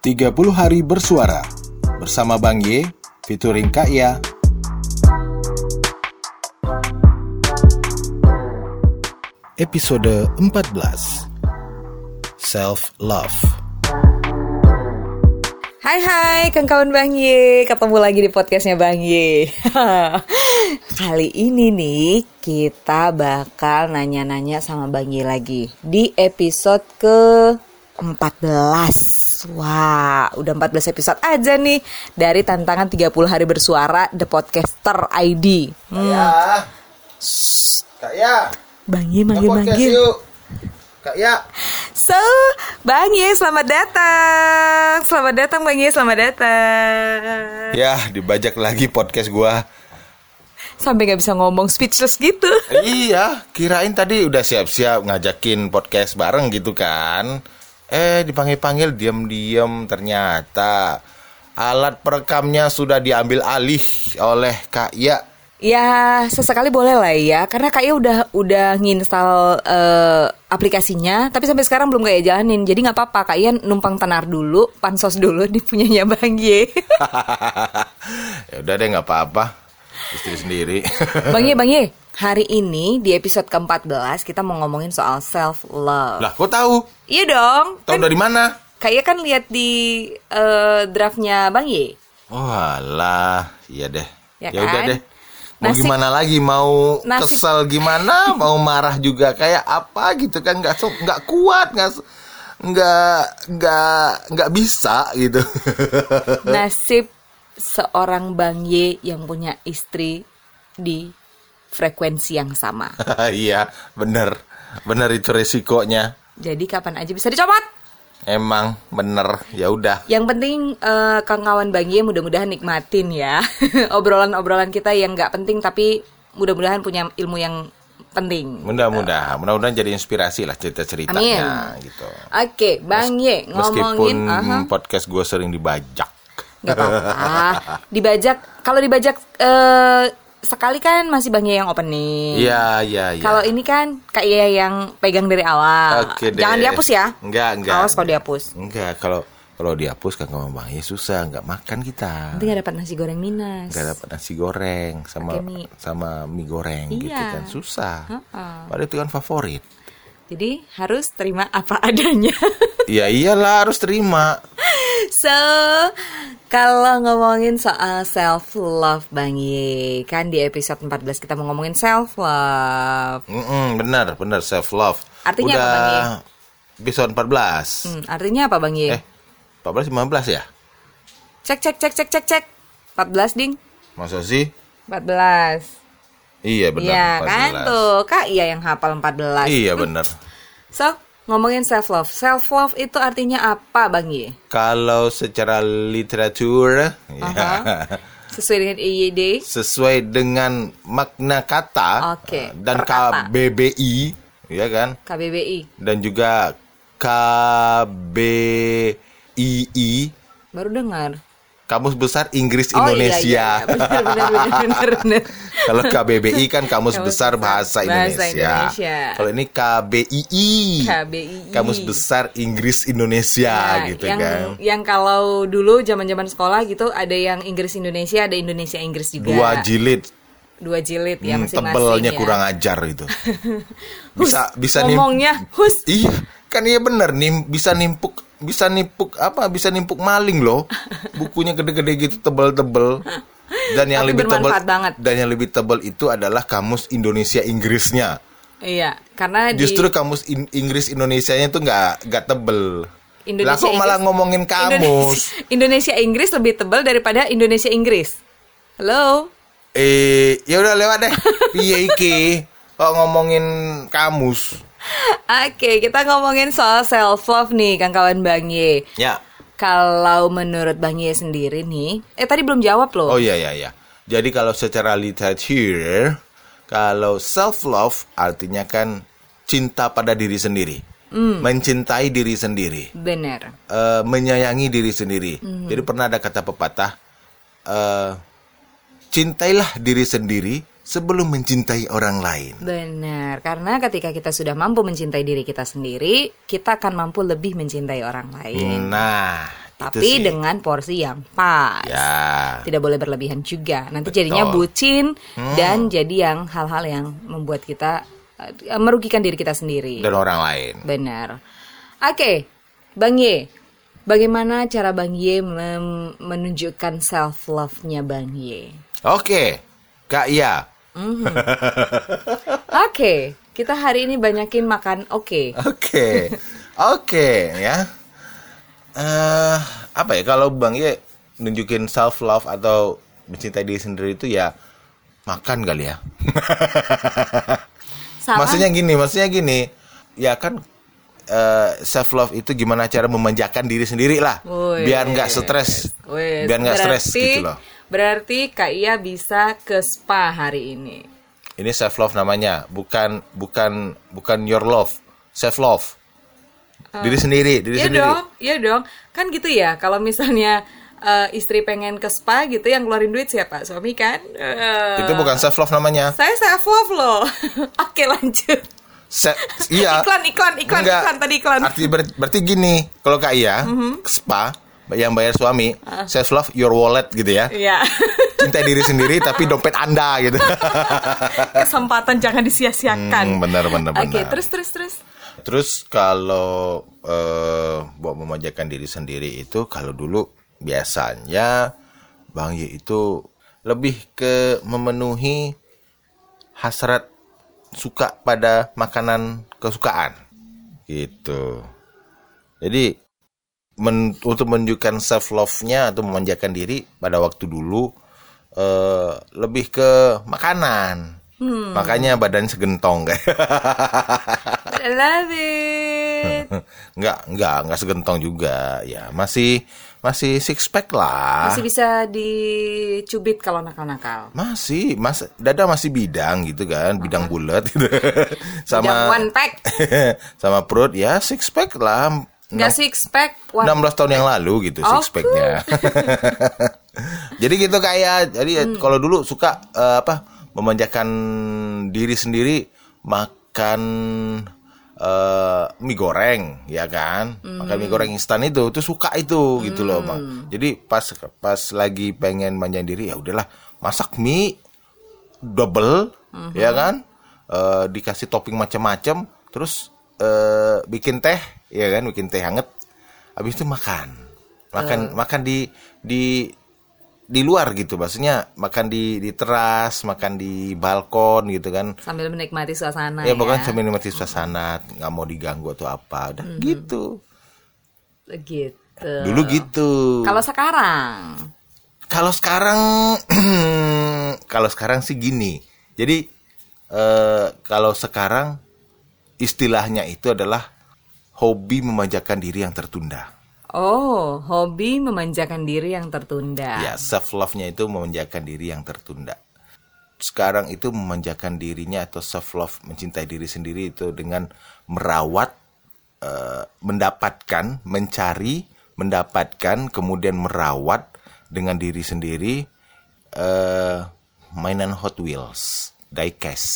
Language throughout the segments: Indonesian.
30 hari bersuara bersama Bang Y featuring Kak Ya. Episode 14 Self Love. Hai kawan Bang Y, ketemu lagi di podcastnya Bang Y. Kali ini nih kita bakal nanya-nanya sama Bang Y lagi di episode ke-14. Wah, udah 14 episode aja nih dari tantangan 30 hari bersuara The Podcaster ID. Kak Ya. Bang Y manggil. Kak Ya. So, Bang Y selamat datang. Selamat datang Bang Y, selamat datang. Ya, dibajak lagi podcast gua. Sampai gak bisa ngomong, speechless gitu. Iya, kirain tadi udah siap-siap ngajakin podcast bareng gitu kan. Dipanggil-panggil diam-diam, ternyata alat perekamnya sudah diambil alih oleh Kak Ya. Ya, sesekali boleh lah ya, karena kayaknya udah nginstal aplikasinya, tapi sampai sekarang belum kayak jalanin. Jadi nggak apa-apa, kayaknya numpang tenar dulu, pansos dulu di punyanya Bang Y. Ya udah deh, nggak apa-apa, istri sendiri. Bang Y, hari ini di episode ke-14 kita mau ngomongin soal self love. Lah, kok tahu? Iya dong. Tahu dari mana? Kayaknya kan lihat di draftnya Bang Y. Oh alah, iya deh. Ya Ya udah kan? deh. Mau gimana lagi? Mau kesel gimana? Mau marah juga kayak apa gitu kan? Nggak kuat, nggak bisa gitu. Nasib seorang Bang Y yang punya istri di frekuensi yang sama. Iya, bener itu resikonya. Jadi kapan aja bisa dicopot. Emang bener, ya udah. Yang penting kawan Bang Y mudah-mudahan nikmatin ya obrolan-obrolan kita yang nggak penting tapi mudah-mudahan punya ilmu yang penting. Mudah-mudahan jadi inspirasi lah cerita-ceritanya. Amin. Gitu. Oke, Bang Y ngomongin meskipun podcast gue sering dibajak. Nggak apa-apa. Kalau dibajak sekali kan masih Bang Y yang opening. Iya. Kalau ini kan Kak Ya yang pegang dari awal. Oke deh. Jangan dihapus ya. Enggak. Awas kalau dihapus. Enggak, kalau dihapus kan sama Bang Y susah, enggak makan kita. Nanti nggak dapat nasi goreng minus. Enggak dapat nasi goreng sama mie goreng gitu Iya. kan susah. Padahal itu kan favorit. Jadi harus terima apa adanya. Ya iyalah, harus terima. So, kalau ngomongin soal self love Bang Y, kan di episode 14 kita mau ngomongin self love. Benar self love. Artinya udah apa Bang Y? Episode 14. Artinya apa Bang Y? 14 15 ya? Cek. 14 ding. Masa sih? 14. Iya benar. Iya 14. kan tuh, Kak Iya yang hafal 14. Iya benar. So, ngomongin self love. Self love itu artinya apa Bang Y? Kalau secara literatur Sesuai dengan IYD. sesuai dengan makna kata dan per kata. KBBI, ya kan? KBBI. Dan juga KBII, Baru dengar. Kamus Besar Inggris Indonesia. Iya. Benar. Kalau KBBI kan Kamus Besar Bahasa Indonesia. Kalau ini KBII. Kamus Besar Inggris Indonesia gitu kan. Yang kalau dulu zaman-zaman sekolah gitu ada yang Inggris Indonesia, ada Indonesia Inggris juga. 2 jilid ya masing-masing. Tebalnya ya. kurang ajar itu. Bisa ngomongnya hus. Iya, kan iya bener bisa nimpuk maling loh. Bukunya gede-gede gitu, tebel-tebel. Dan yang lebih tebel dan yang lebih tebel itu adalah Kamus Indonesia Inggrisnya. Iya, karena justru Kamus Inggris Indonesianya itu nggak tebel. Lah kok malah ngomongin kamus. Indonesia Inggris lebih tebal daripada Indonesia Inggris. Halo. Ya udah lewat deh. Piye iki? Kok ngomongin kamus. Oke, kita ngomongin soal self love nih, kawan Bang Y. Ya. Kalau menurut Bang Y sendiri nih, tadi belum jawab loh. Oh iya. Jadi kalau secara literatur, kalau self love artinya kan cinta pada diri sendiri. Mencintai diri sendiri. Benar. Menyayangi diri sendiri. Jadi pernah ada kata pepatah, cintailah diri sendiri sebelum mencintai orang lain. Benar, karena ketika kita sudah mampu mencintai diri kita sendiri, kita akan mampu lebih mencintai orang lain. Nah, Tapi sih. dengan porsi yang pas. Ya. Tidak boleh berlebihan juga. Nanti jadinya bucin dan jadi yang hal-hal yang membuat kita merugikan diri kita sendiri Dan orang lain. Benar. Oke, Bang Ye, bagaimana cara Bang Ye menunjukkan self love-nya Bang Ye? Oke, Kak Ia. Oke, kita hari ini banyakin makan oke. Oke, ya. Apa ya, kalau Bang Ye nunjukin self love atau mencintai diri sendiri itu ya makan kali ya. Maksudnya gini, ya kan self love itu gimana cara memanjakan diri sendiri lah, biar nggak stres, gitu loh. Berarti Kak Ia bisa ke spa hari ini. Ini self love namanya, bukan your love, self love. Diri sendiri. Iya dong. Kan gitu ya. Kalau misalnya istri pengen ke spa gitu, yang keluarin duit siapa? Suami kan? Itu bukan self love namanya. Saya self love loh. Oke, lanjut. Iya. Iklan tadi iklan. Berarti gini, kalau Kak Ia ke spa yang bayar suami, self love your wallet gitu ya. Iya. Cinta diri sendiri tapi dompet Anda gitu. Kesempatan jangan disia-siakan. Benar. Oke, terus. Terus kalau buat memanjakan diri sendiri itu, kalau dulu biasanya Bang Ye itu lebih ke memenuhi hasrat suka pada makanan kesukaan gitu. Jadi untuk menunjukkan self love-nya atau memanjakan diri pada waktu dulu lebih ke makanan. Makanya badan segentong kayak. I love it. Enggak segentong juga. Ya, masih six pack lah. Masih bisa dicubit kalau nakal-nakal. Masih, dada masih bidang gitu kan, bidang bulat gitu. Sama bidang one pack. Sama perut ya six pack lah. Enggak six pack. 16 tahun yang lalu gitu six packnya. Jadi gitu kayak, kalau dulu suka memanjakan diri sendiri, makan mie goreng, ya kan? Makan mie goreng instan itu suka itu gitu loh, Bang. Jadi pas lagi pengen manjain diri, ya udahlah, masak mie double, ya kan? Dikasih topping macam-macam, terus bikin teh, ya kan? Bikin teh hangat. Habis itu makan di luar gitu, maksudnya makan di teras, makan di balkon gitu kan, sambil menikmati suasana ya pokoknya sambil menikmati suasana, nggak mau diganggu atau apa, udah gitu dulu gitu. Kalau sekarang sih gini, jadi kalau sekarang istilahnya itu adalah hobi memanjakan diri yang tertunda. Oh, hobi memanjakan diri yang tertunda. Ya, self love-nya itu memanjakan diri yang tertunda. Sekarang itu memanjakan dirinya atau self love, mencintai diri sendiri itu dengan merawat, mendapatkan, kemudian merawat dengan diri sendiri mainan Hot Wheels, diecast.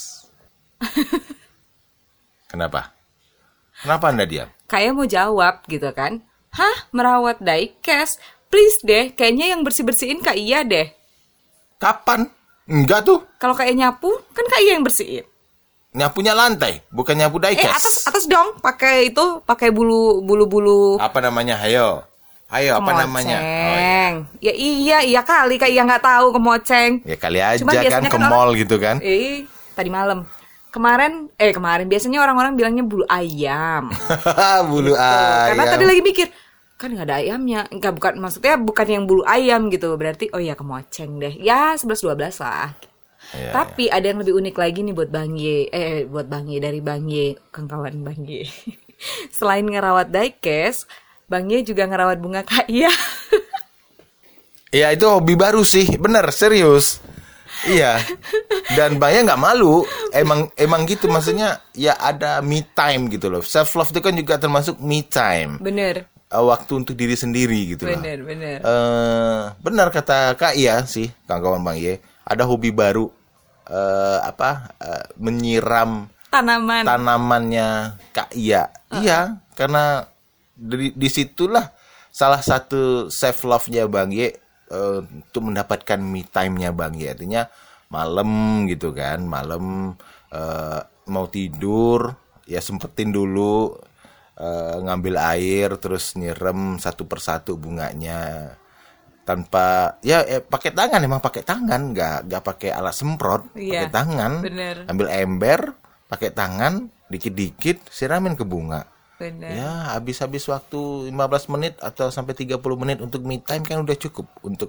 Kenapa Anda diam? Kayak mau jawab gitu kan? Hah, merawat diecast? Please deh, kayaknya yang bersih-bersihin Kak Iya deh. Kapan? Enggak tuh. Kalau kayak nyapu, kan Kak Iya yang bersihin. Nyapunya lantai, bukan nyapu diecast. Atas dong, pakai bulu-bulu. Apa namanya? Ayo, apa namanya? Oh, ya. Iya kali Kak Iya nggak tahu kemoceng. Ya kali aja kan ke mall gitu kan. Tadi malam. Kemarin biasanya orang-orang bilangnya bulu ayam. Bulu ayam. Karena tadi lagi mikir, kan nggak ada ayamnya, maksudnya bukan yang bulu ayam gitu, berarti kemoceng deh, ya 11-12 lah. Ya, tapi ada yang lebih unik lagi nih buat Bang Ye, dari Bang Ye, kawan Bang Ye. Selain ngerawat diecast, Bang Ye juga ngerawat bunga Kak Iya. Ya itu hobi baru sih, bener, serius. Iya. Dan Bang Ye nggak malu, emang gitu, maksudnya ya ada me time gitu loh. Self love itu kan juga termasuk me time. Bener. Waktu untuk diri sendiri gitu loh. Bener. Benar kata Kak Iya sih, kawan Bang Ye. Ada hobi baru, menyiram tanamannya Kak Iya. Iya, karena disitulah salah satu self love-nya Bang Ye untuk mendapatkan me time-nya Bang Ye. Artinya malam gitu kan, malam mau tidur ya sempetin dulu ngambil air terus nyirem satu persatu bunganya tanpa pakai tangan, emang pakai tangan, nggak pakai alat semprot, pakai tangan, bener. ambil ember pakai tangan dikit-dikit siramin ke bunga. Bener. Ya habis waktu 15 menit atau sampai 30 menit untuk me time kan udah cukup untuk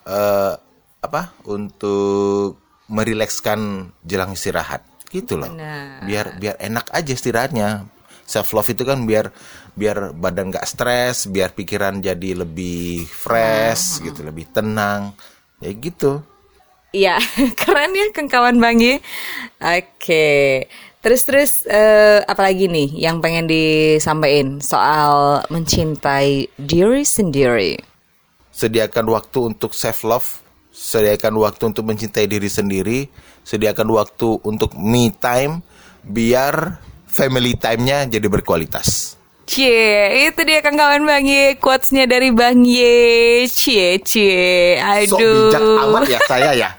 untuk merilekskan jelang istirahat gitu loh. Benar. Biar enak aja istirahatnya. Self love itu kan biar badan gak stres, biar pikiran jadi lebih fresh gitu, lebih tenang. Ya gitu. Iya, keren ya kawan Bang Ye. Oke. Terus apalagi nih yang pengen disampaikan soal mencintai diri sendiri? Sediakan waktu untuk self love, sediakan waktu untuk mencintai diri sendiri, sediakan waktu untuk me time biar family time-nya jadi berkualitas. Cie, itu dia kawan Bang Ye, quotes-nya dari Bang Ye. Cie. Aduh. Sok bijak amat ya saya ya.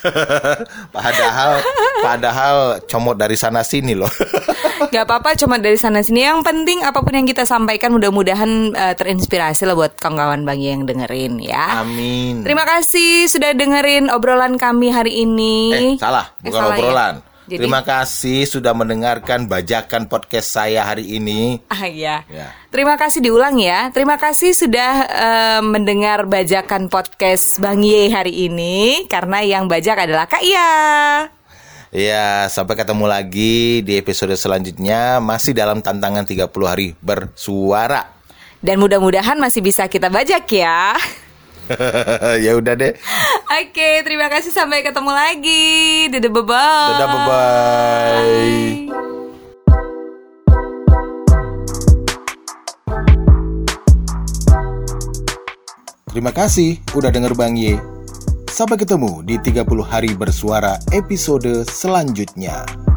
Padahal comot dari sana sini loh. Gak apa-apa, cuma dari sana sini. Yang penting apapun yang kita sampaikan mudah-mudahan terinspirasi lah buat kawan Bang Ye yang dengerin ya. Amin. Terima kasih sudah dengerin obrolan kami hari ini. Salah, bukan salah obrolan. Ya? Jadi, terima kasih sudah mendengarkan bajakan podcast saya hari ini. Iya. Ya. Terima kasih, diulang ya. Terima kasih sudah mendengar bajakan podcast Bang Ye hari ini. Karena yang bajak adalah Kak Iya. Ya, sampai ketemu lagi di episode selanjutnya. Masih dalam tantangan 30 hari bersuara. Dan mudah-mudahan masih bisa kita bajak ya. Ya udah deh. Oke, terima kasih, sampai ketemu lagi. Dadah, bye-bye. Dadah, bye-bye. Terima kasih udah denger Bang Ye. Sampai ketemu di 30 hari bersuara episode selanjutnya.